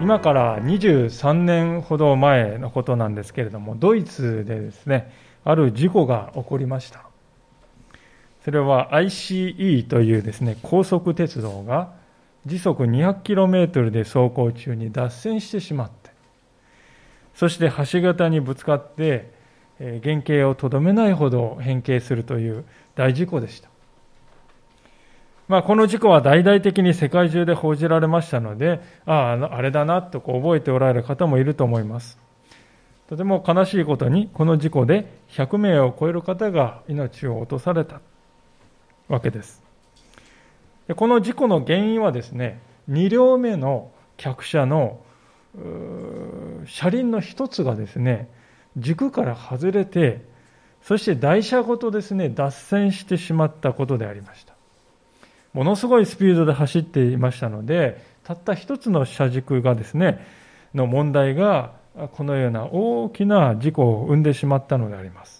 今から23年ほど前のことなんですけれども、ドイツでですね、ある事故が起こりました。それは ICE というですね、高速鉄道が時速 200km で走行中に脱線してしまって、そして橋桁にぶつかって原形をとどめないほど変形するという大事故でした。この事故は大々的に世界中で報じられましたので、あれだなと覚えておられる方もいると思います。とても悲しいことに、この事故で100名を超える方が命を落とされたわけです。この事故の原因はですね、2両目の客車の車輪の一つがですね、軸から外れて、そして台車ごとですね、脱線してしまったことでありました。ものすごいスピードで走っていましたので、たった一つの車軸がですね、の問題がこのような大きな事故を生んでしまったのであります。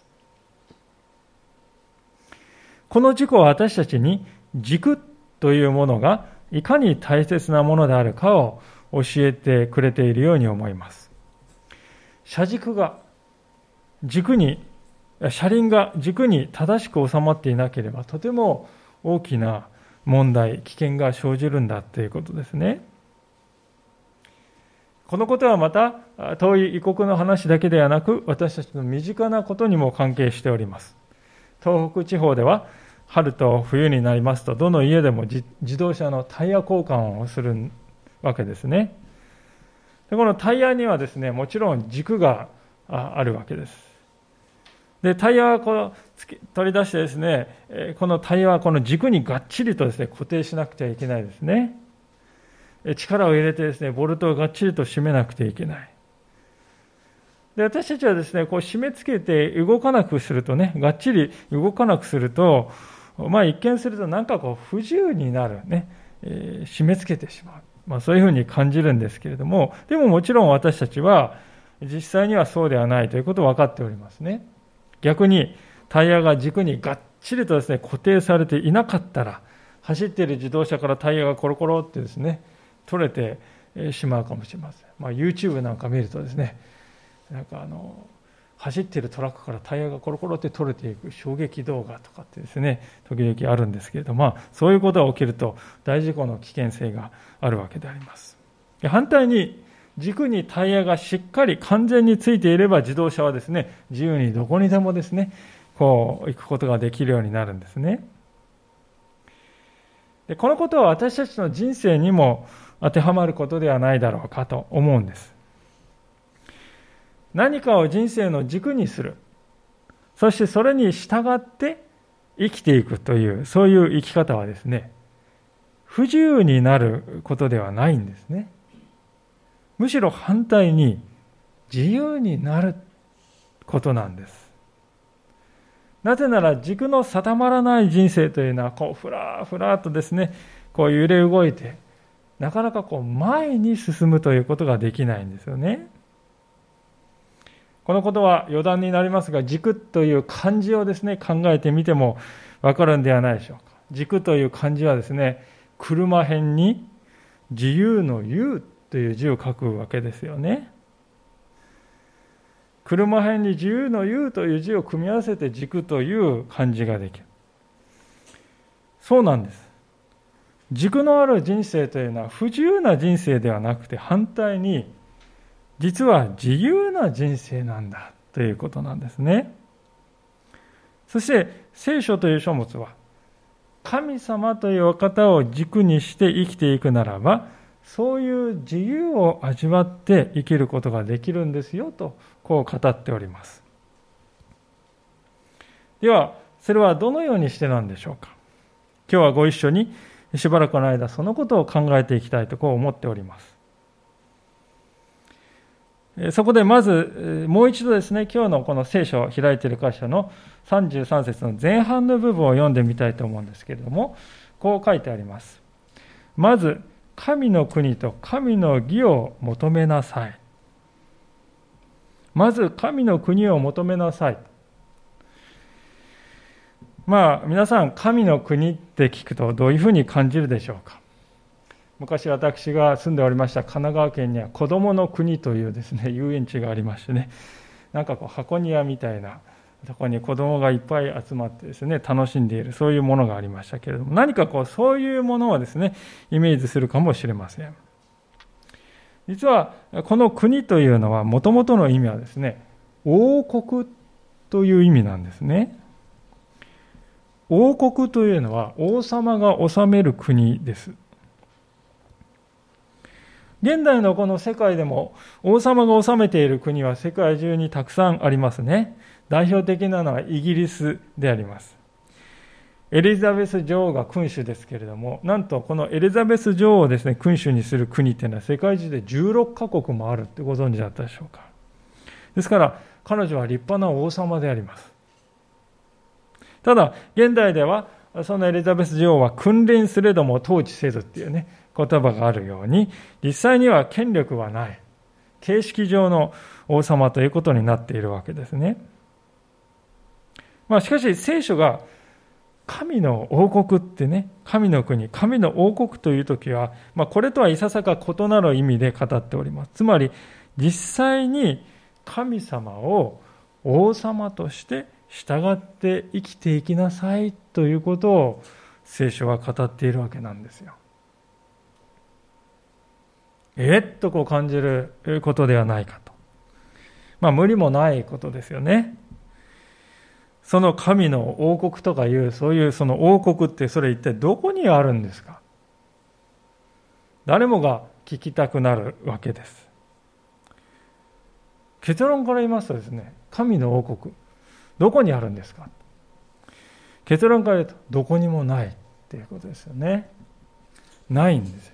この事故は私たちに軸というものがいかに大切なものであるかを教えてくれているように思います。車輪が軸に正しく収まっていなければ、とても大きな問題、危険が生じるんだということですね。このことはまた遠い異国の話だけではなく、私たちの身近なことにも関係しております。東北地方では春と冬になりますと、どの家でも自動車のタイヤ交換をするわけですね。でこのタイヤにはですね、もちろん軸があるわけです。でタイヤは取り出してですね、このタイヤはこの軸にがっちりとですね、固定しなくてはいけないですね。力を入れてですね、ボルトをがっちりと締めなくてはいけない。で私たちはですね、こう締め付けて動かなくするとね、がっちり動かなくすると、一見するとなんかこう不自由になるね、締め付けてしまう。そういうふうに感じるんですけれども、でももちろん私たちは実際にはそうではないということを分かっておりますね。逆にタイヤが軸にがっちりとですね、固定されていなかったら、走っている自動車からタイヤがコロコロってですね、取れてしまうかもしれません。YouTube なんか見るとですね、なんか走っているトラックからタイヤがコロコロって取れていく衝撃動画とかってですね、時々あるんですけれども、そういうことが起きると大事故の危険性があるわけであります。反対に軸にタイヤがしっかり完全についていれば、自動車はですね、自由にどこにでもですね、こう行くことができるようになるんですね。でこのことは私たちの人生にも当てはまることではないだろうかと思うんです。何かを人生の軸にする、そしてそれに従って生きていくという、そういう生き方はですね、不自由になることではないんですね。むしろ反対に自由になることなんです。なぜなら軸の定まらない人生というのは、こうふらふらとですね、こう揺れ動いて、なかなかこう前に進むということができないんですよね。このことは余談になりますが、軸という漢字をですね、考えてみてもわかるんではないでしょうか。軸という漢字はですね、車辺に自由の由という字を書くわけですよね。車辺に自由の由という字を組み合わせて軸という漢字ができる。そうなんです。軸のある人生というのは不自由な人生ではなくて、反対に実は自由な人生なんだということなんですね。そして聖書という書物は、神様というお方を軸にして生きていくならば、そういう自由を味わって生きることができるんですよと、こう語っております。では、それはどのようにしてなんでしょうか。今日はご一緒にしばらくの間、そのことを考えていきたいとこう思っております。そこでまずもう一度ですね、今日のこの聖書を開いている箇所の33節の前半の部分を読んでみたいと思うんですけれども、こう書いてあります。まず神の国と神の義を求めなさい。まず神の国を求めなさい。皆さん、神の国って聞くとどういうふうに感じるでしょうか。 昔私が住んでおりました神奈川県には子どもの国というですね、遊園地がありましてね、なんか箱庭みたいなところに子どもがいっぱい集まってですね、楽しんでいる、そういうものがありましたけれども、何かそういうものをですね、イメージするかもしれません。実はこの国というのはもともとの意味はですね、王国という意味なんですね。王国というのは王様が治める国です。現代のこの世界でも王様が治めている国は世界中にたくさんありますね。代表的なのはイギリスであります。エリザベス女王が君主ですけれども、なんとこのエリザベス女王をですね、君主にする国というのは世界中で16カ国もあるってご存知だったでしょうか。ですから彼女は立派な王様であります。ただ現代ではそのエリザベス女王は君臨すれども統治せずっていうね、言葉があるように、実際には権力はない、形式上の王様ということになっているわけですね。しかし聖書が神の王国ってね、神の国、神の王国というときは、これとはいささか異なる意味で語っております。つまり実際に神様を王様として従って生きていきなさいということを聖書は語っているわけなんですよ。と感じることではないかと。無理もないことですよね。その神の王国とかいう、そういうその王国ってそれ一体どこにあるんですか？誰もが聞きたくなるわけです。結論から言いますとですね、神の王国、どこにあるんですか？結論から言うと、どこにもないっていうことですよね。ないんですよ。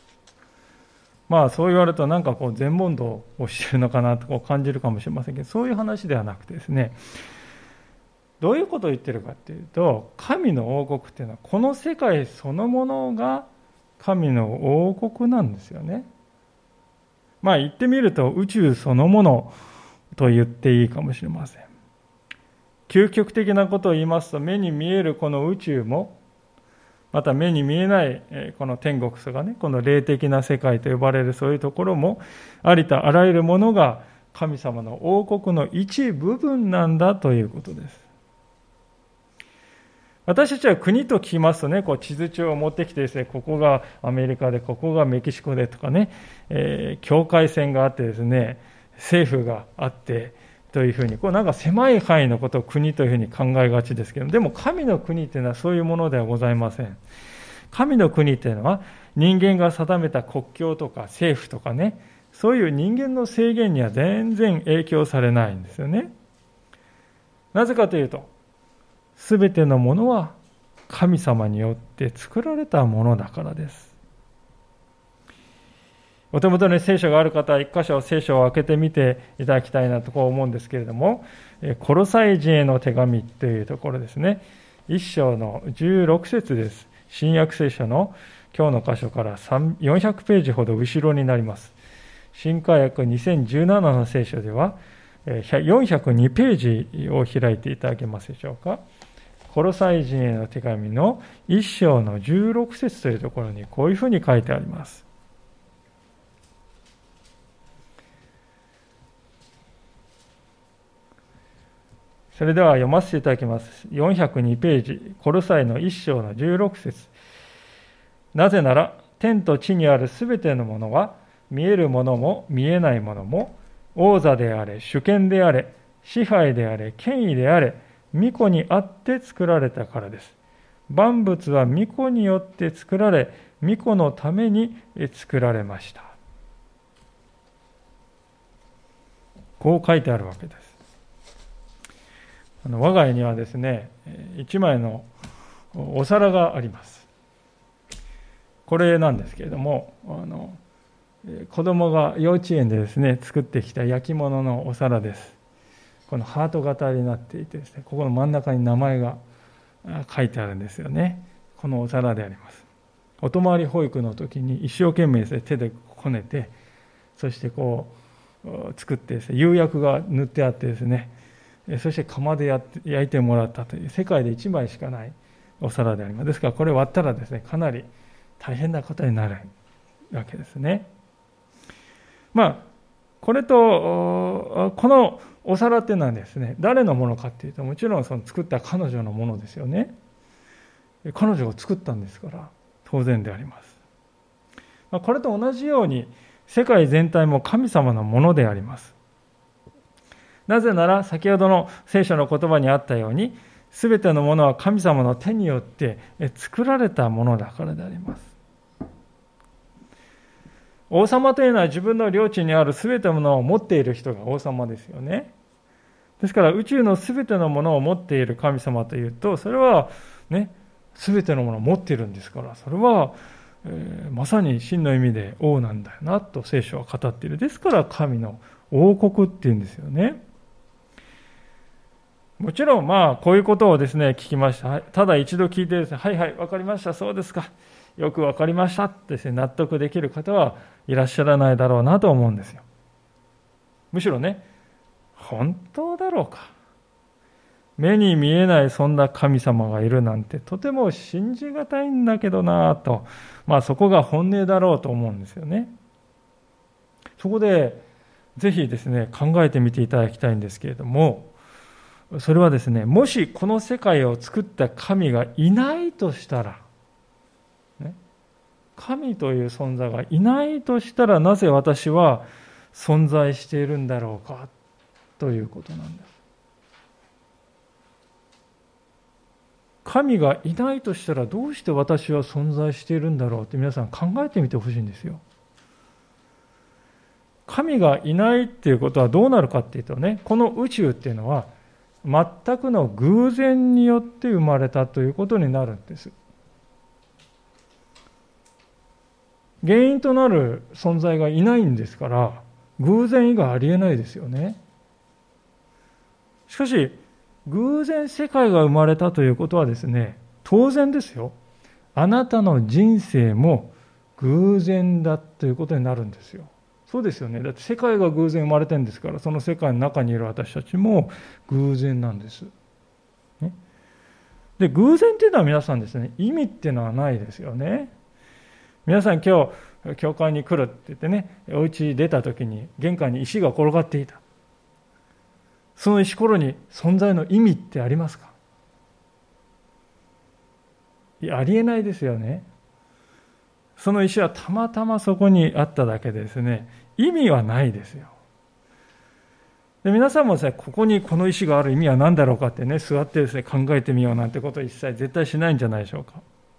そう言われるとなんか全問答をしているのかなと感じるかもしれませんけど、そういう話ではなくてですね、どういうことを言っているかというと、神の王国っていうのはこの世界そのものが神の王国なんですよね。言ってみると宇宙そのものと言っていいかもしれません。究極的なことを言いますと、目に見えるこの宇宙も、また目に見えないこの天国とかね、この霊的な世界と呼ばれるそういうところも、ありとあらゆるものが神様の王国の一部分なんだということです。私たちは国と聞きますとね、地図帳を持ってきてですね、ここがアメリカで、ここがメキシコでとかね、境界線があってですね、政府があってというふうに、なんか狭い範囲のことを国というふうに考えがちですけど、でも神の国というのはそういうものではございません。神の国というのは人間が定めた国境とか政府とかね、そういう人間の制限には全然影響されないんですよね。なぜかというと、すべてのものは神様によって作られたものだからです。お手元に聖書がある方は一箇所聖書を開けてみていただきたいなと思うんですけれども、コロサイ人への手紙というところですね。1章の16節です。新約聖書の今日の箇所から400ページほど後ろになります。新化訳2017の聖書では402ページを開いていただけますでしょうか。コロサイ人への手紙の1章の16節というところにこういうふうに書いてあります。それでは読ませていただきます。402ページ、コロサイの1章の16節。なぜなら、天と地にあるすべてのものは、見えるものも見えないものも、王座であれ、主権であれ、支配であれ、権威であれ、御子にあって作られたからです。万物は御子によって作られ、御子のために作られました。こう書いてあるわけです。我が家にはですね、1枚のお皿があります。これなんですけれども、子供が幼稚園でですね、作ってきた焼き物のお皿です。このハート型になっていてですね、ここの真ん中に名前が書いてあるんですよね。このお皿であります。お泊まり保育の時に一生懸命ですね、手でこねて、そして作ってですね、釉薬が塗ってあってですね、そして窯で焼いてもらったという世界で1枚しかないお皿であります。ですからこれ割ったらですね、かなり大変なことになる。 わけですね。これと、このお皿っていうのはですね、誰のものかっていうと、もちろんその作った彼女のものですよね。彼女が作ったんですから、当然であります。これと同じように、世界全体も神様のものであります。なぜなら、先ほどの聖書の言葉にあったように、すべてのものは神様の手によって作られたものだからであります。王様というのは自分の領地にあるすべてのものを持っている人が王様ですよね。ですから宇宙のすべてのものを持っている神様というと、それはね、すべてのものを持っているんですから、それは、まさに真の意味で王なんだよなと聖書は語っている。ですから神の王国っていうんですよね。もちろんこういうことをですね聞きました。ただ一度聞いてですね、はいはい分かりました、そうですか、よく分かりましたってですね納得できる方はいらっしゃらないだろうなと思うんですよ。むしろね、本当だろうか、目に見えないそんな神様がいるなんてとても信じがたいんだけどなと、そこが本音だろうと思うんですよね。そこでぜひですね考えてみていただきたいんですけれども、それはですね、もしこの世界を作った神がいないとしたら、神という存在がいないとしたら、なぜ私は存在しているんだろうかということなんです。神がいないとしたらどうして私は存在しているんだろうって皆さん考えてみてほしいんですよ。神がいないっていうことはどうなるかっていうとね、この宇宙っていうのは全くの偶然によって生まれたということになるんです。原因となる存在がいないんですから、偶然以外ありえないですよね。しかし、偶然世界が生まれたということはですね、当然ですよ。あなたの人生も偶然だということになるんですよ。そうですよね。だって世界が偶然生まれてるんですから、その世界の中にいる私たちも偶然なんです。ね、で、偶然っていうのは皆さんですね、意味っていうのはないですよね。皆さん今日、教会に来るって言ってね、お家出た時に玄関に石が転がっていた。その石ころに存在の意味ってありますか？いや、ありえないですよね。その石はたまたまそこにあっただけでですね、意味はないですよ。で、皆さんもですね、ここにこの石がある意味は何だろうかってね、座ってですね、考えてみようなんてことを一切絶対しないんじゃないでしょうか。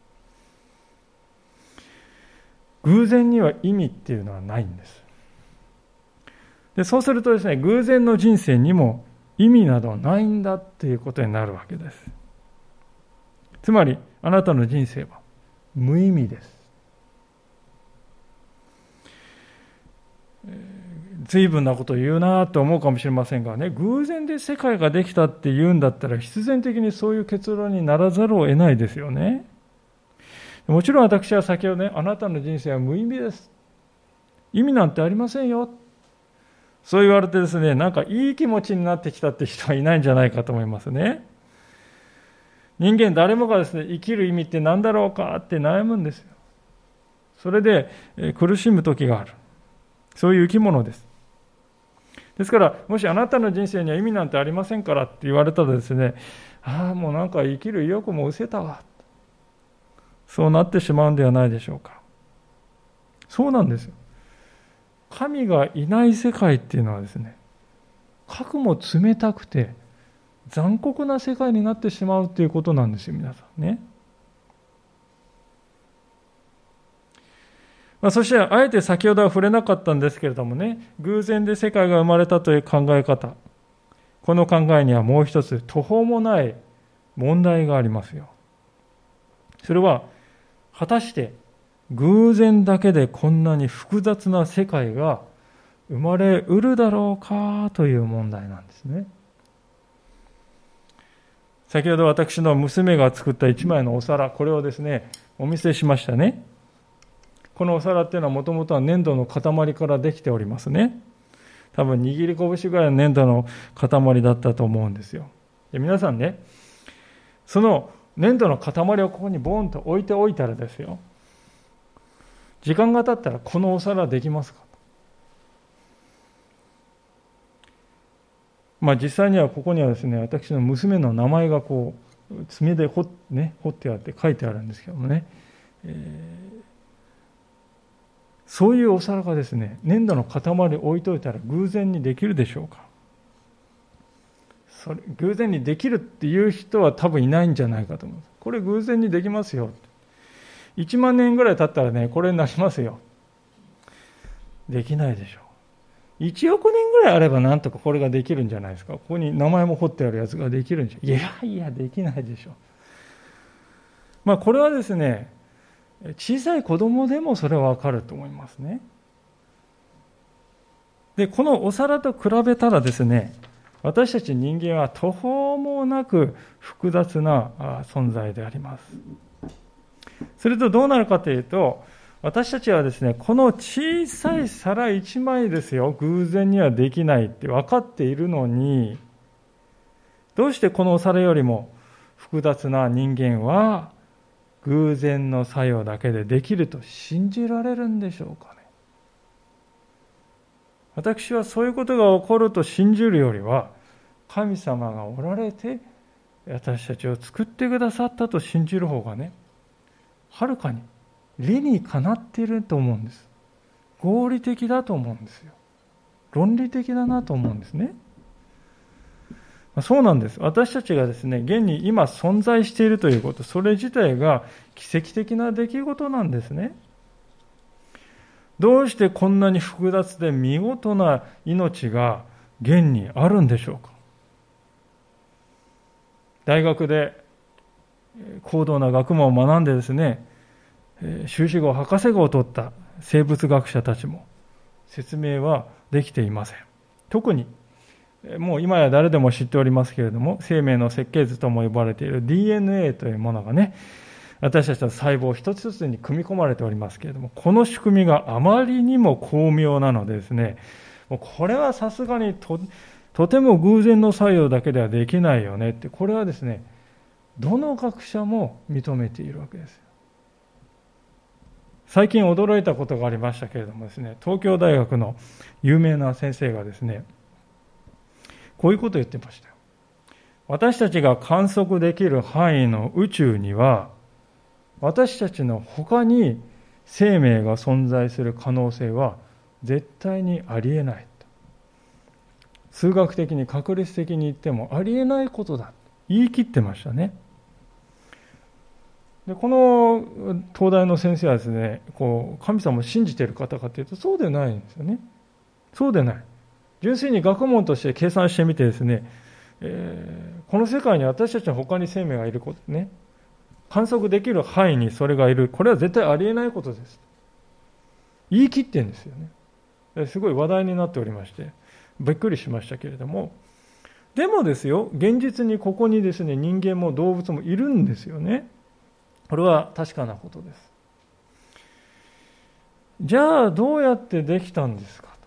偶然には意味っていうのはないんです。で、そうするとですね、偶然の人生にも意味などないんだっていうことになるわけです。つまり、あなたの人生は無意味です。随分なことを言うなと思うかもしれませんがね、偶然で世界ができたって言うんだったら必然的にそういう結論にならざるを得ないですよね。もちろん私は先ほどね、あなたの人生は無意味です。意味なんてありませんよ。そう言われてですね、なんかいい気持ちになってきたって人はいないんじゃないかと思いますね。人間誰もがですね、生きる意味って何だろうかって悩むんですよ。それで苦しむ時がある。そういう生き物です。ですから、もしあなたの人生には意味なんてありませんからって言われたらですね、もうなんか生きる意欲も失せたわ。そうなってしまうんではないでしょうか。そうなんですよ。神がいない世界っていうのはですね、核も冷たくて残酷な世界になってしまうということなんですよ、皆さんね。そしてあえて先ほどは触れなかったんですけれどもね、偶然で世界が生まれたという考え方、この考えにはもう一つ途方もない問題がありますよ。それは果たして偶然だけでこんなに複雑な世界が生まれうるだろうかという問題なんですね。先ほど私の娘が作った一枚のお皿、これをですねお見せしましたね。このお皿っていうのはもともとは粘土の塊からできておりますね。多分握り拳ぐらいの粘土の塊だったと思うんですよ。で、皆さんね、その粘土の塊をここにボーンと置いておいたらですよ、 時間が経ったらこのお皿できますか？実際にはここにはですね、私の娘の名前が爪で彫ってあって書いてあるんですけどもね、そういうお皿がですね、粘土の塊置いといたら偶然にできるでしょうか？偶然にできるっていう人は多分いないんじゃないかと思います。これ偶然にできますよ。1万年ぐらい経ったらね、これになりますよ。できないでしょう。1億年ぐらいあればなんとかこれができるんじゃないですか。ここに名前も彫ってあるやつができるんじゃ。いや、できないでしょう。これはですね、小さい子供でもそれはわかると思いますね。で、このお皿と比べたらですね、私たち人間は途方もなく複雑な存在であります。するとどうなるかというと、私たちはですね、この小さい皿一枚ですよ、偶然にはできないって分かっているのに、どうしてこのお皿よりも複雑な人間は偶然の作用だけでできると信じられるんでしょうかね。私はそういうことが起こると信じるよりは、神様がおられて私たちを作ってくださったと信じる方がね、はるかに理にかなっていると思うんです。合理的だと思うんですよ。論理的だなと思うんですね。そうなんです。私たちがですね、現に今存在しているということ、それ自体が奇跡的な出来事なんですね。どうしてこんなに複雑で見事な命が現にあるんでしょうか。大学で高度な学問を学んでですね、修士号、博士号を取った生物学者たちも説明はできていません。特にもう今や誰でも知っておりますけれども、生命の設計図とも呼ばれている DNA というものがね、私たちの細胞一つ一つに組み込まれておりますけれども、この仕組みがあまりにも巧妙なのでですね、これはさすがにとても偶然の作用だけではできないよねって、これはですね、どの学者も認めているわけですよ。最近驚いたことがありましたけれどもですね、東京大学の有名な先生がですね、こういうことを言ってましたよ。私たちが観測できる範囲の宇宙には、私たちの他に生命が存在する可能性は絶対にありえない。数学的に確率的に言ってもありえないことだ。言い切ってましたね。でこの東大の先生はですね、神様を信じている方かというとそうでないんですよね。そうでない。純粋に学問として計算してみてですね、この世界に私たちの他に生命がいることね、観測できる範囲にそれがいる、これは絶対ありえないことです。言い切ってるんですよね。すごい話題になっておりまして、びっくりしましたけれども、でもですよ、現実にここにですね、人間も動物もいるんですよね。これは確かなことです。じゃあどうやってできたんですかと。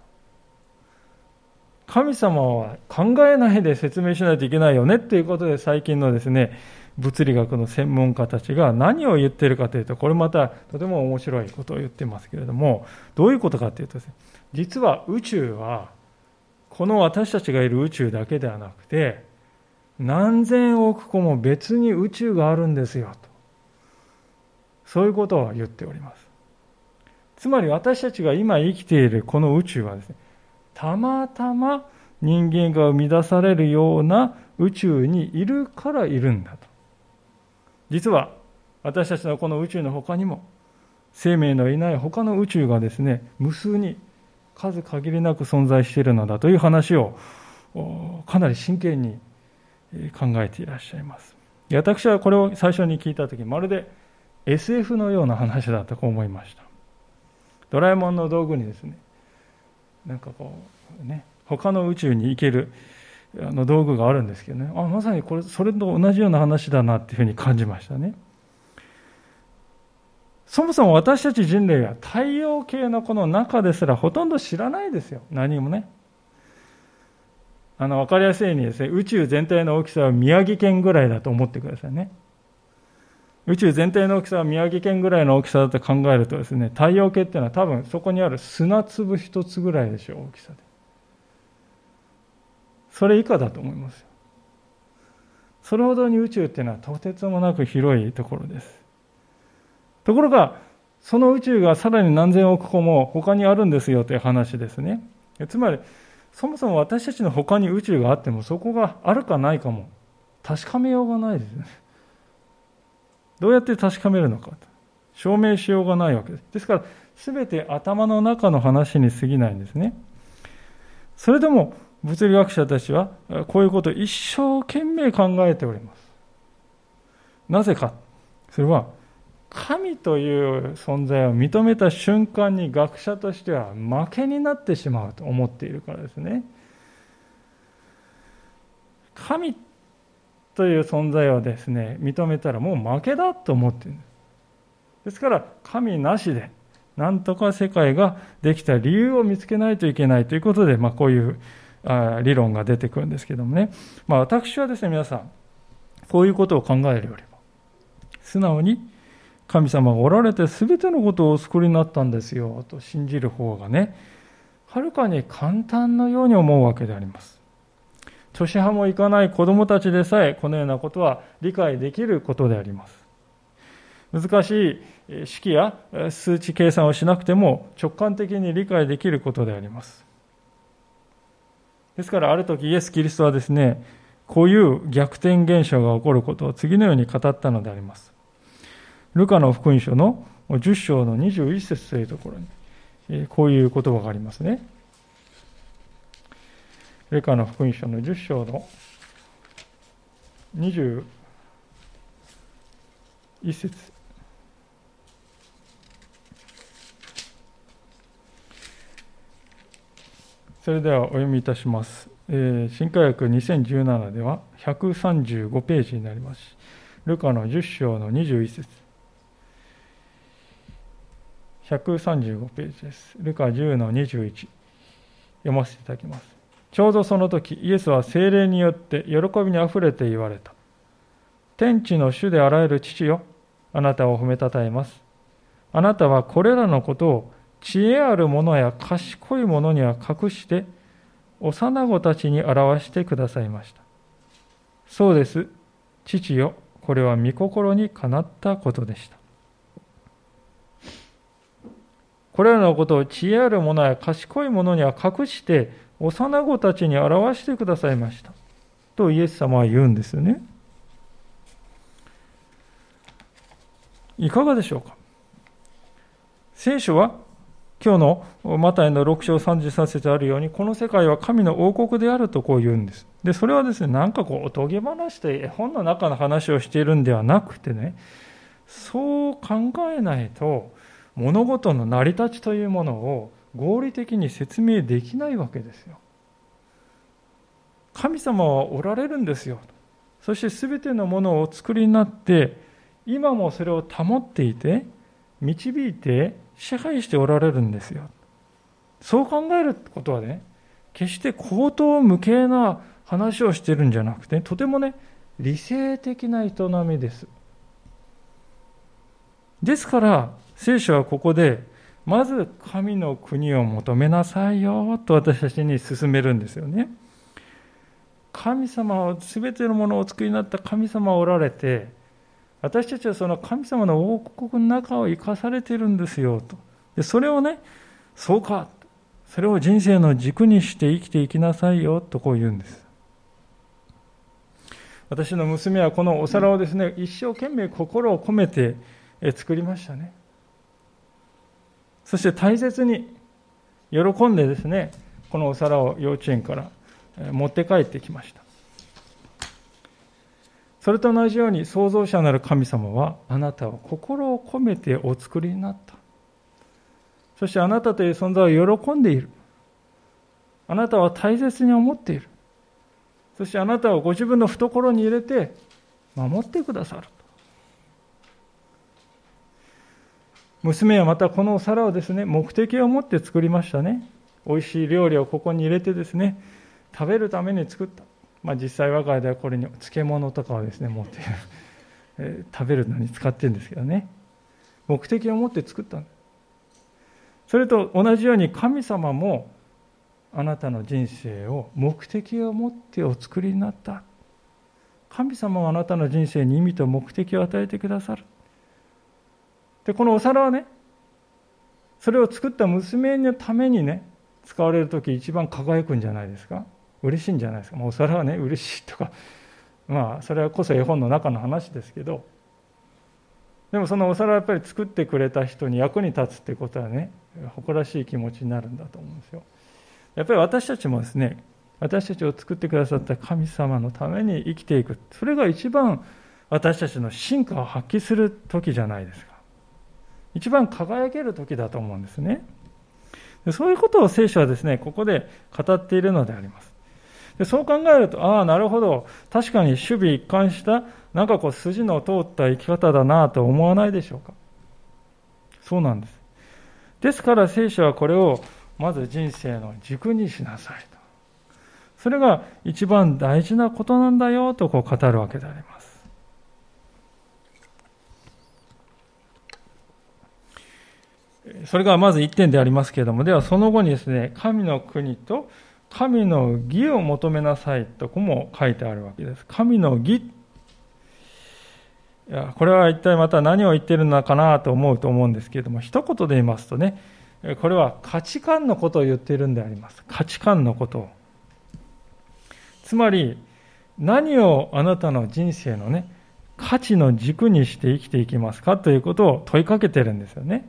神様は考えないで説明しないといけないよねっていうことで、最近のですね、物理学の専門家たちが何を言っているかというと、これまたとても面白いことを言ってますけれども、どういうことかというとですね、実は宇宙はこの私たちがいる宇宙だけではなくて、何千億個も別に宇宙があるんですよと、そういうことを言っております。つまり私たちが今生きているこの宇宙はですね、たまたま人間が生み出されるような宇宙にいるからいるんだと。実は私たちのこの宇宙の他にも生命のいない他の宇宙がですね、無数に数限りなく存在しているのだという話をかなり真剣に考えていらっしゃいます。私はこれを最初に聞いたとき、まるで SF のような話だと思いました。ドラえもんの道具にですね、他の宇宙に行ける道具があるんですけどね、まさにそれと同じような話だなっていうふうに感じましたね。そもそも私たち人類は太陽系のこの中ですらほとんど知らないですよ。何もね。分かりやすいようにですね、宇宙全体の大きさは宮城県ぐらいだと思ってくださいね。 宇宙全体の大きさは宮城県ぐらいの大きさだと考えるとですね、太陽系っていうのは多分そこにある砂粒一つぐらいでしょう、大きさで。それ以下だと思いますよ。それほどに宇宙っていうのはとてつもなく広いところです。ところが、その宇宙がさらに何千億個も他にあるんですよという話ですね。つまり、そもそも私たちの他に宇宙があっても、そこがあるかないかも確かめようがないですね。どうやって確かめるのか、証明しようがないわけです。ですから、すべて頭の中の話に過ぎないんですね。それでも、物理学者たちは、こういうことを一生懸命考えております。なぜか。それは、神という存在を認めた瞬間に学者としては負けになってしまうと思っているからですね。神という存在をですね、認めたらもう負けだと思っている。ですから神なしでなんとか世界ができた理由を見つけないといけないということで、こういう理論が出てくるんですけどもね。私はですね、皆さんこういうことを考えるよりも素直に神様がおられて全てのことをお作りになったんですよと信じる方がね、はるかに簡単のように思うわけであります。年派もいかない子どもたちでさえこのようなことは理解できることであります。難しい式や数値計算をしなくても直感的に理解できることであります。ですからある時イエス・キリストはですね、こういう逆転現象が起こることを次のように語ったのであります。ルカの福音書の10章の21節というところに、こういう言葉がありますね。ルカの福音書の10章の21節。それではお読みいたします。新科学2017では135ページになります。ルカの10章の21節。135ページです。ルカ10の21。読ませていただきます。ちょうどその時、イエスは聖霊によって喜びにあふれて言われた。天地の主であらゆる父よ、あなたを褒めたたえます。あなたはこれらのことを知恵ある者や賢い者には隠して、幼子たちに表してくださいました。そうです。父よ、これは御心にかなったことでした。これらのことを知恵ある者や賢い者には隠して、幼子たちに表してくださいました。とイエス様は言うんですよね。いかがでしょうか。聖書は今日のマタイの6章33節あるように、この世界は神の王国であるとこう言うんです。で、それはですね、なんかおとぎ話で絵本の中の話をしているんではなくてね、そう考えないと物事の成り立ちというものを合理的に説明できないわけですよ。神様はおられるんですよ。そして全てのものをお作りになって、今もそれを保っていて、導いて支配しておられるんですよ。そう考えることはね、決して荒唐無稽な話をしているんじゃなくて、とてもね、理性的な営みです。ですから、聖書はここで、まず神の国を求めなさいよと私たちに勧めるんですよね。神様を、すべてのものをお作りになった神様おられて、私たちはその神様の王国の中を生かされているんですよと。でそれをね、そうか、それを人生の軸にして生きていきなさいよとこう言うんです。私の娘はこのお皿をですね、一生懸命心を込めて作りましたね。そして大切に喜んでですね、このお皿を幼稚園から持って帰ってきました。それと同じように創造者なる神様はあなたを心を込めてお作りになった。そしてあなたという存在を喜んでいる。あなたは大切に思っている。そしてあなたをご自分の懐に入れて守ってくださる。娘はまたこのお皿をですね、目的を持って作りましたね。美味しい料理をここに入れてですね、食べるために作った。実際我が家ではこれに漬物とかをですね、持っている。 食べるのに使ってるんですけどね。目的を持って作ったんです。それと同じように神様もあなたの人生を目的を持ってお作りになった。神様はあなたの人生に意味と目的を与えてくださる。で、このお皿はね、それを作った娘のためにね、使われるとき一番輝くんじゃないですか。嬉しいんじゃないですか。お皿はね、嬉しいとか、それはこそ絵本の中の話ですけど、でもそのお皿はやっぱり作ってくれた人に役に立つってことはね、誇らしい気持ちになるんだと思うんですよ。やっぱり私たちもですね、私たちを作ってくださった神様のために生きていく。それが一番私たちの真価を発揮する時じゃないですか。一番輝ける時だと思うんですね。そういうことを聖書はですね、ここで語っているのであります。でそう考えると、なるほど、確かに守備一貫した、筋の通った生き方だなと思わないでしょうか。そうなんです。ですから聖書はこれをまず人生の軸にしなさいと。それが一番大事なことなんだよと語るわけであります。それがまず一点でありますけれども、ではその後にですね、神の国と神の義を求めなさいとも書いてあるわけです。神の義。これは一体また何を言っているのかなと思うんですけれども、一言で言いますとね、これは価値観のことを言っているんであります。価値観のことを。つまり、何をあなたの人生のね、価値の軸にして生きていきますかということを問いかけているんですよね。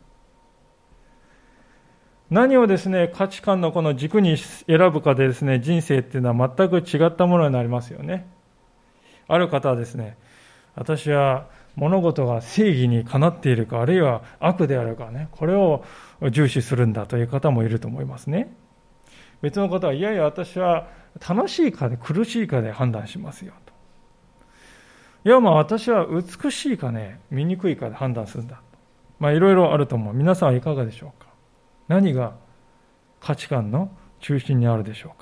何をですね、価値観のこの軸に選ぶかでですね、人生っていうのは全く違ったものになりますよね。ある方はですね、私は物事が正義にかなっているか、あるいは悪であるかね、これを重視するんだという方もいると思いますね。別の方は、いやいや私は楽しいかで苦しいかで判断しますよと。いや私は美しいかね、醜いかで判断するんだと。いろいろあると思う。皆さんはいかがでしょうか。何が価値観の中心にあるでしょ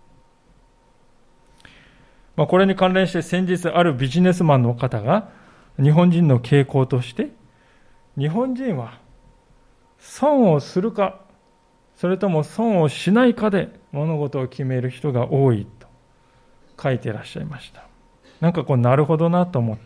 うか。これに関連して先日あるビジネスマンの方が日本人の傾向として、日本人は損をするかそれとも損をしないかで物事を決める人が多いと書いていらっしゃいました。なるほどなと思った。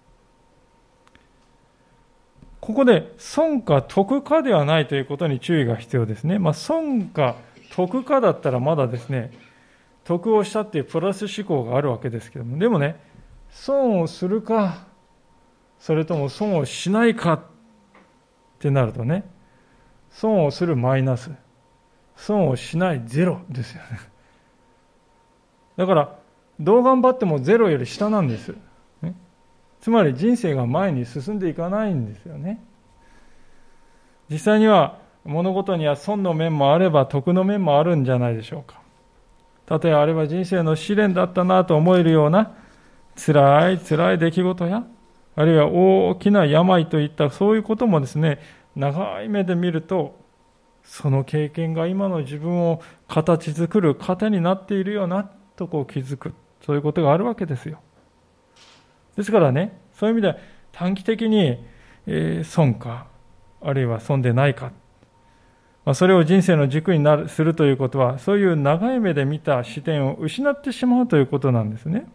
ここで損か得かではないということに注意が必要ですね。損か得かだったらまだですね、得をしたっていうプラス思考があるわけですけども、でもね、損をするかそれとも損をしないかってなるとね、損をするマイナス、損をしないゼロですよね。だからどう頑張ってもゼロより下なんです。つまり人生が前に進んでいかないんですよね。実際には物事には損の面もあれば得の面もあるんじゃないでしょうか。たとえあれば人生の試練だったなと思えるような辛い出来事や、あるいは大きな病といったそういうこともですね、長い目で見るとその経験が今の自分を形作る糧になっているよなと気づく、そういうことがあるわけですよ。ですからね、そういう意味では短期的に損かあるいは損でないか、それを人生の軸にするということは、そういう長い目で見た視点を失ってしまうということなんですね。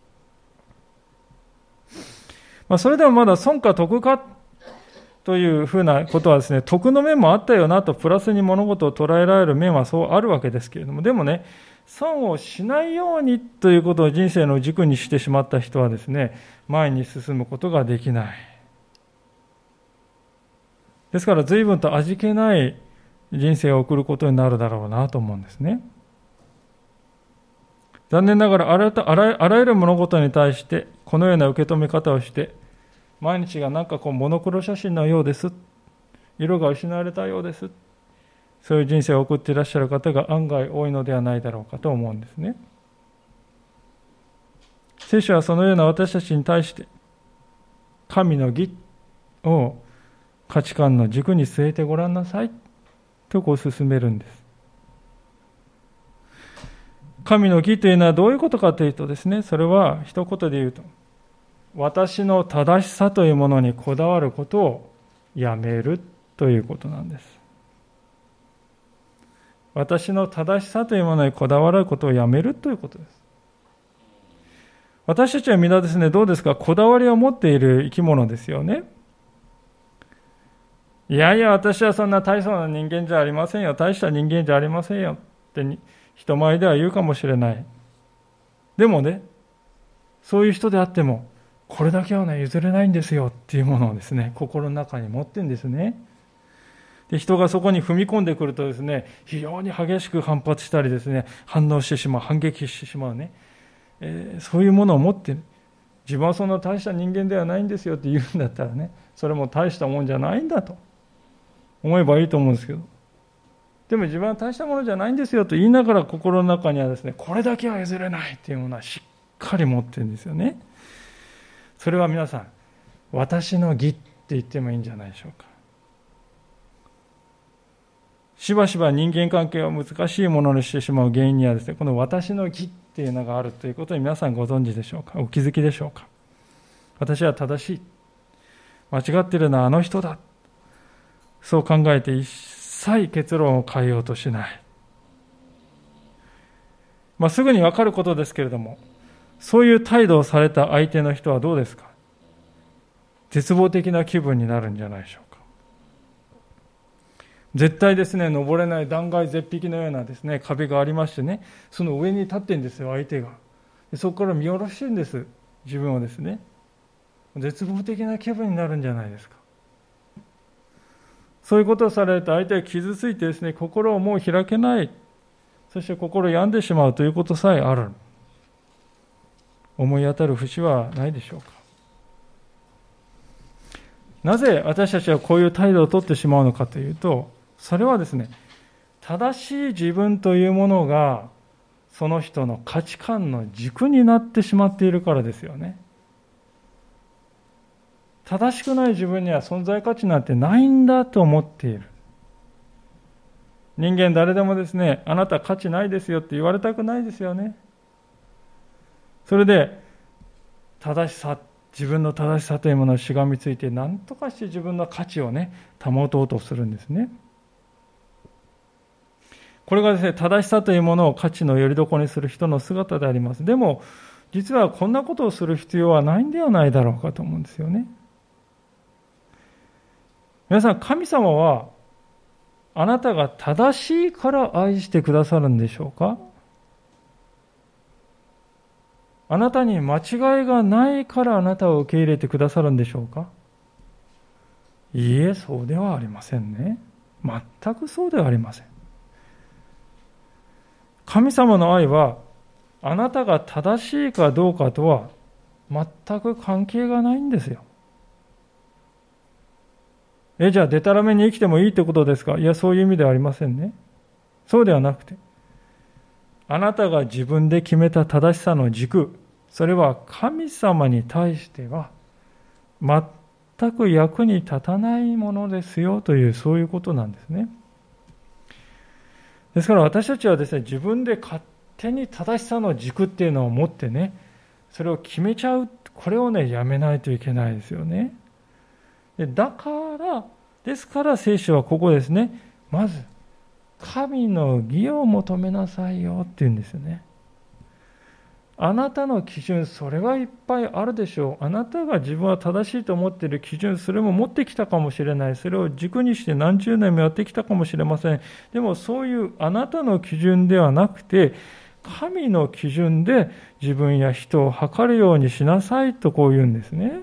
それでもまだ損か得かというふうなことはですね、得の面もあったよなとプラスに物事を捉えられる面はそうあるわけですけれども、でもね、損をしないようにということを人生の軸にしてしまった人はですね、前に進むことができない。ですから随分と味気ない人生を送ることになるだろうなと思うんですね。残念ながらあらゆる物事に対してこのような受け止め方をして、毎日がモノクロ写真のようです、色が失われたようです、そういう人生を送っていらっしゃる方が案外多いのではないだろうかと思うんですね。聖書はそのような私たちに対して神の義を価値観の軸に据えてごらんなさいと勧めるんです。神の義というのはどういうことかというとですね、それは一言で言うと、 私の正しさというものにこだわることをやめるということなんです。私の正しさというものにこだわることをやめるということです。私たちは皆ですね、どうですか、こだわりを持っている生き物ですよね。いやいや、私はそんな大層な人間じゃありませんよ。大した人間じゃありませんよ。って人前では言うかもしれない。でもね、そういう人であっても、これだけはね、譲れないんですよっていうものをですね、心の中に持ってるんですね。で、人がそこに踏み込んでくるとですね、非常に激しく反発したりですね、反応してしまう、反撃してしまうね。そういうものを持って、自分はそんな大した人間ではないんですよって言うんだったらね、それも大したもんじゃないんだと思えばいいと思うんですけど、でも自分は大したものじゃないんですよと言いながら、心の中にはですね、これだけは譲れないっていうものはしっかり持ってるんですよね。それは皆さん、私の義って言ってもいいんじゃないでしょうか。しばしば人間関係を難しいものにしてしまう原因にはですね、この私の義っていうのがあるということに皆さんご存知でしょうか。お気づきでしょうか。私は正しい、間違っているのはあの人だ、そう考えて一切結論を変えようとしない。すぐに分かることですけれども、そういう態度をされた相手の人はどうですか。絶望的な気分になるんじゃないでしょうか。絶対ですね、登れない断崖絶壁のようなですね、壁がありましてね、その上に立ってるんですよ、相手が。そこから見下ろしてるんです、自分をですね。絶望的な気分になるんじゃないですか。そういうことをされた相手は傷ついてですね、心をもう開けない、そして心を病んでしまうということさえある。思い当たる節はないでしょうか。なぜ私たちはこういう態度をとってしまうのかというと、それはですね、正しい自分というものがその人の価値観の軸になってしまっているからですよね。正しくない自分には存在価値なんてないんだと思っている。人間誰でもですね、あなた価値ないですよって言われたくないですよね。それで正しさ、自分の正しさというものをしがみついて何とかして自分の価値をね、保とうとするんですね。これがですね、正しさというものを価値の拠り所にする人の姿であります。でも実はこんなことをする必要はないんではないだろうかと思うんですよね。皆さん、神様はあなたが正しいから愛してくださるんでしょうか。あなたに間違いがないからあなたを受け入れてくださるんでしょうか。いいえ、そうではありませんね。全くそうではありません。神様の愛はあなたが正しいかどうかとは全く関係がないんですよ。じゃあデタラメに生きてもいいってことですか。いや、そういう意味ではありませんね。そうではなくて、あなたが自分で決めた正しさの軸、それは神様に対しては全く役に立たないものですよという、そういうことなんですね。ですから私たちはですね、自分で勝手に正しさの軸っていうのを持ってね、それを決めちゃう、これをね、やめないといけないですよね。ですから聖書はここですね、まず神の義を求めなさいよって言うんですよね。あなたの基準、それはいっぱいあるでしょう。あなたが自分は正しいと思っている基準、それも持ってきたかもしれない。それを軸にして何十年もやってきたかもしれません。でもそういうあなたの基準ではなくて、神の基準で自分や人を測るようにしなさいとこう言うんですね。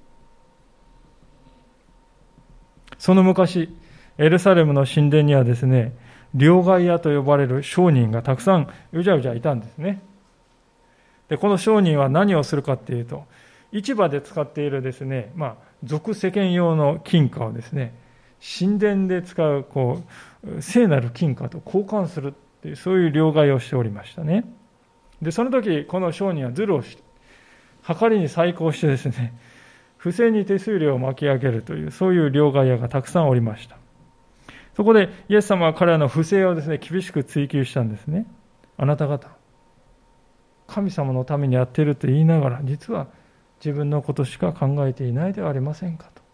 その昔、エルサレムの神殿にはですね、両替屋と呼ばれる商人がたくさんうじゃうじゃいたんですね。で、この商人は何をするかっていうと、市場で使っているですね、俗世間用の金貨をですね、神殿で使う聖なる金貨と交換するっていう、そういう両替をしておりましたね。で、その時この商人はズルをして、計りに細工をしてですね、不正に手数料を巻き上げるという、そういう両替屋がたくさんおりました。そこでイエス様は彼らの不正をですね、厳しく追及したんですね。あなた方、神様のためにやっていると言いながら、実は自分のことしか考えていないではありませんかと。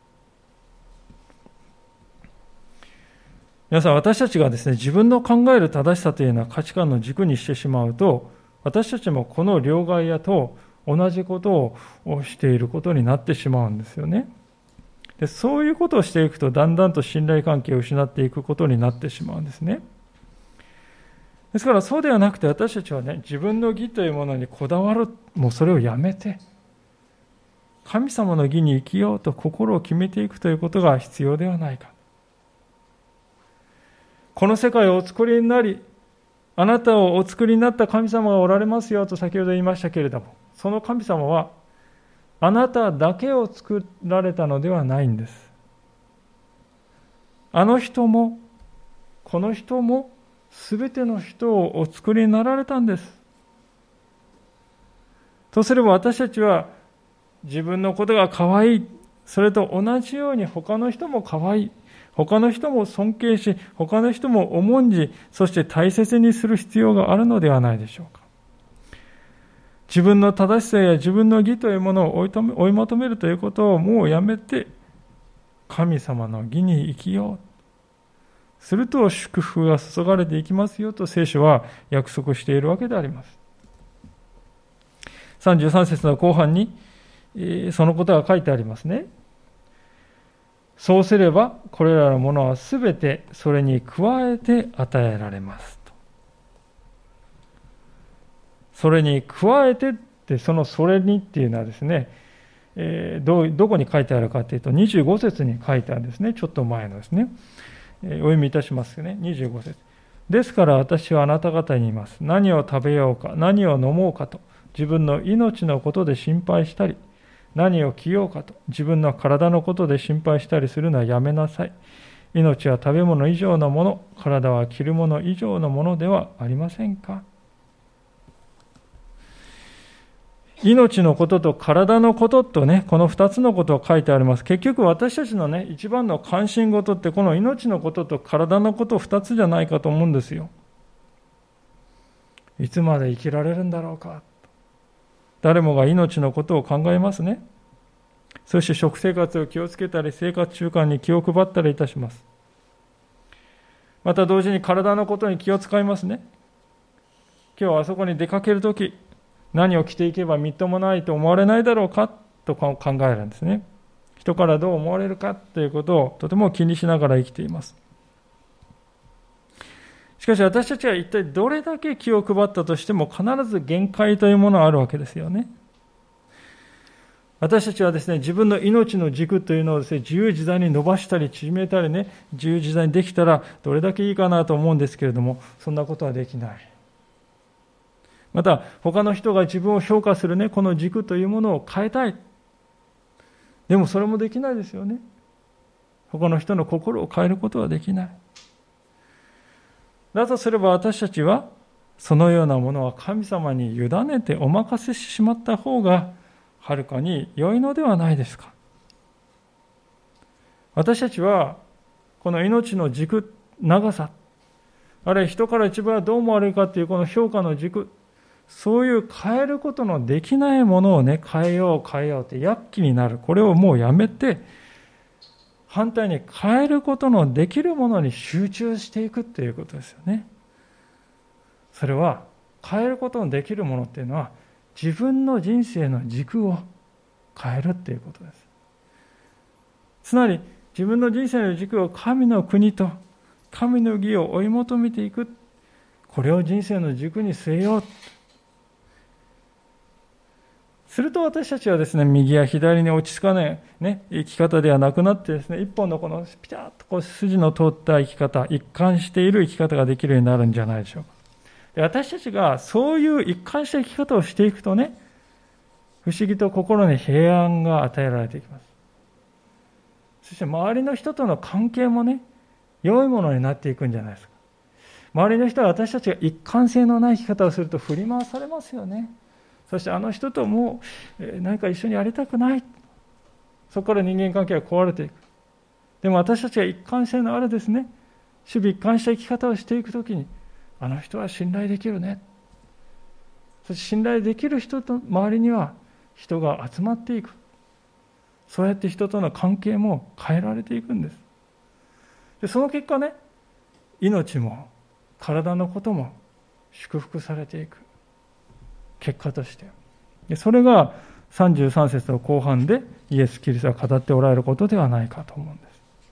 皆さん、私たちがですね、自分の考える正しさというような価値観の軸にしてしまうと、私たちもこの両替屋と同じことをしていることになってしまうんですよね。で、そういうことをしていくと、だんだんと信頼関係を失っていくことになってしまうんですね。ですから、そうではなくて、私たちはね、自分の義というものにこだわる、もうそれをやめて、神様の義に生きようと心を決めていくということが必要ではないか。この世界をお作りになり、あなたをお作りになった神様がおられますよと先ほど言いましたけれども、その神様はあなただけを作られたのではないんです。あの人もこの人もすべての人をお作りになられたんです。とすれば私たちは自分のことが可愛い、それと同じように他の人も可愛い、他の人も尊敬し、他の人も重んじ、そして大切にする必要があるのではないでしょうか。自分の正しさや自分の義というものを追い求めるということをもうやめて、神様の義に生きよう。すると祝福が注がれていきますよと聖書は約束しているわけであります。33節の後半にそのことが書いてありますね。そうすればこれらのものはすべてそれに加えて与えられますと。それに加えてって、そのそれにっていうのはですね、どこに書いてあるかというと25節に書いてあるんですね。ちょっと前のですね。お読みいたしますね。25節。ですから私はあなた方に言います。何を食べようか、何を飲もうかと、自分の命のことで心配したり、何を着ようかと、自分の体のことで心配したりするのはやめなさい。命は食べ物以上のもの、体は着るもの以上のものではありませんか。命のことと体のこととね、この2つのことが書いてあります。結局私たちのね、一番の関心事ってこの命のことと体のこと2つじゃないかと思うんですよ。いつまで生きられるんだろうか。誰もが命のことを考えますね。そして食生活を気をつけたり、生活習慣に気を配ったりいたします。また同時に体のことに気を使いますね。今日あそこに出かけるとき、何を着ていけばみっともないと思われないだろうかと考えるんですね。人からどう思われるかということをとても気にしながら生きています。しかし私たちは一体どれだけ気を配ったとしても必ず限界というものがあるわけですよね。私たちはですね、自分の命の軸というのをですね、自由自在に伸ばしたり縮めたりね、自由自在にできたらどれだけいいかなと思うんですけれども、そんなことはできない。また他の人が自分を評価するね、この軸というものを変えたい。でもそれもできないですよね。他の人の心を変えることはできない。だとすれば私たちはそのようなものは神様に委ねてお任せしてしまった方がはるかに良いのではないですか。私たちはこの命の軸、長さ、あるいは人から自分はどう思われるかというこの評価の軸、そういう変えることのできないものをね、変えようって躍起になる。これをもうやめて、反対に変えることのできるものに集中していくということですよね。それは変えることのできるものっていうのは自分の人生の軸を変えるっていうことです。つまり自分の人生の軸を神の国と神の義を追い求めていく。これを人生の軸に据えよう。すると私たちはですね、右や左に落ち着かない、ね、生き方ではなくなってですね、一本のこのピタッとこう筋の通った生き方、一貫している生き方ができるようになるんじゃないでしょうか。で、私たちがそういう一貫した生き方をしていくとね、不思議と心に平安が与えられていきます。そして周りの人との関係もね、良いものになっていくんじゃないですか。周りの人は私たちが一貫性のない生き方をすると振り回されますよね。そしてあの人とも何か一緒にやりたくない。そこから人間関係が壊れていく。でも私たちが一貫性のあるですね、守備一貫した生き方をしていくときに、あの人は信頼できるね。そして信頼できる人と周りには人が集まっていく。そうやって人との関係も変えられていくんです。でその結果ね、命も体のことも祝福されていく。結果として。でそれが33節の後半でイエス・キリストが語っておられることではないかと思うんです。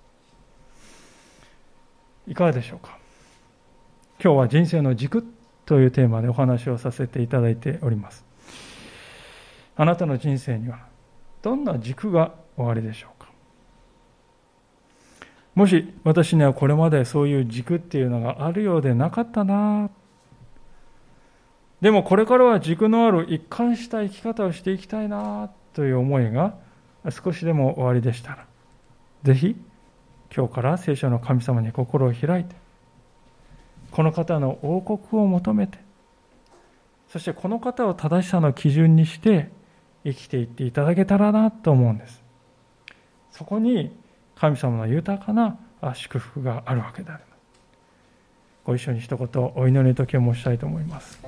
いかがでしょうか。今日は人生の軸というテーマでお話をさせていただいております。あなたの人生にはどんな軸がおありでしょうか。もし私にはこれまでそういう軸っていうのがあるようでなかったな、でもこれからは軸のある一貫した生き方をしていきたいなという思いが少しでもおありでしたら、ぜひ今日から聖書の神様に心を開いて、この方の王国を求めて、そしてこの方を正しさの基準にして生きていっていただけたらなと思うんです。そこに神様の豊かな祝福があるわけであります。ご一緒に一言お祈りの時を申したいと思います。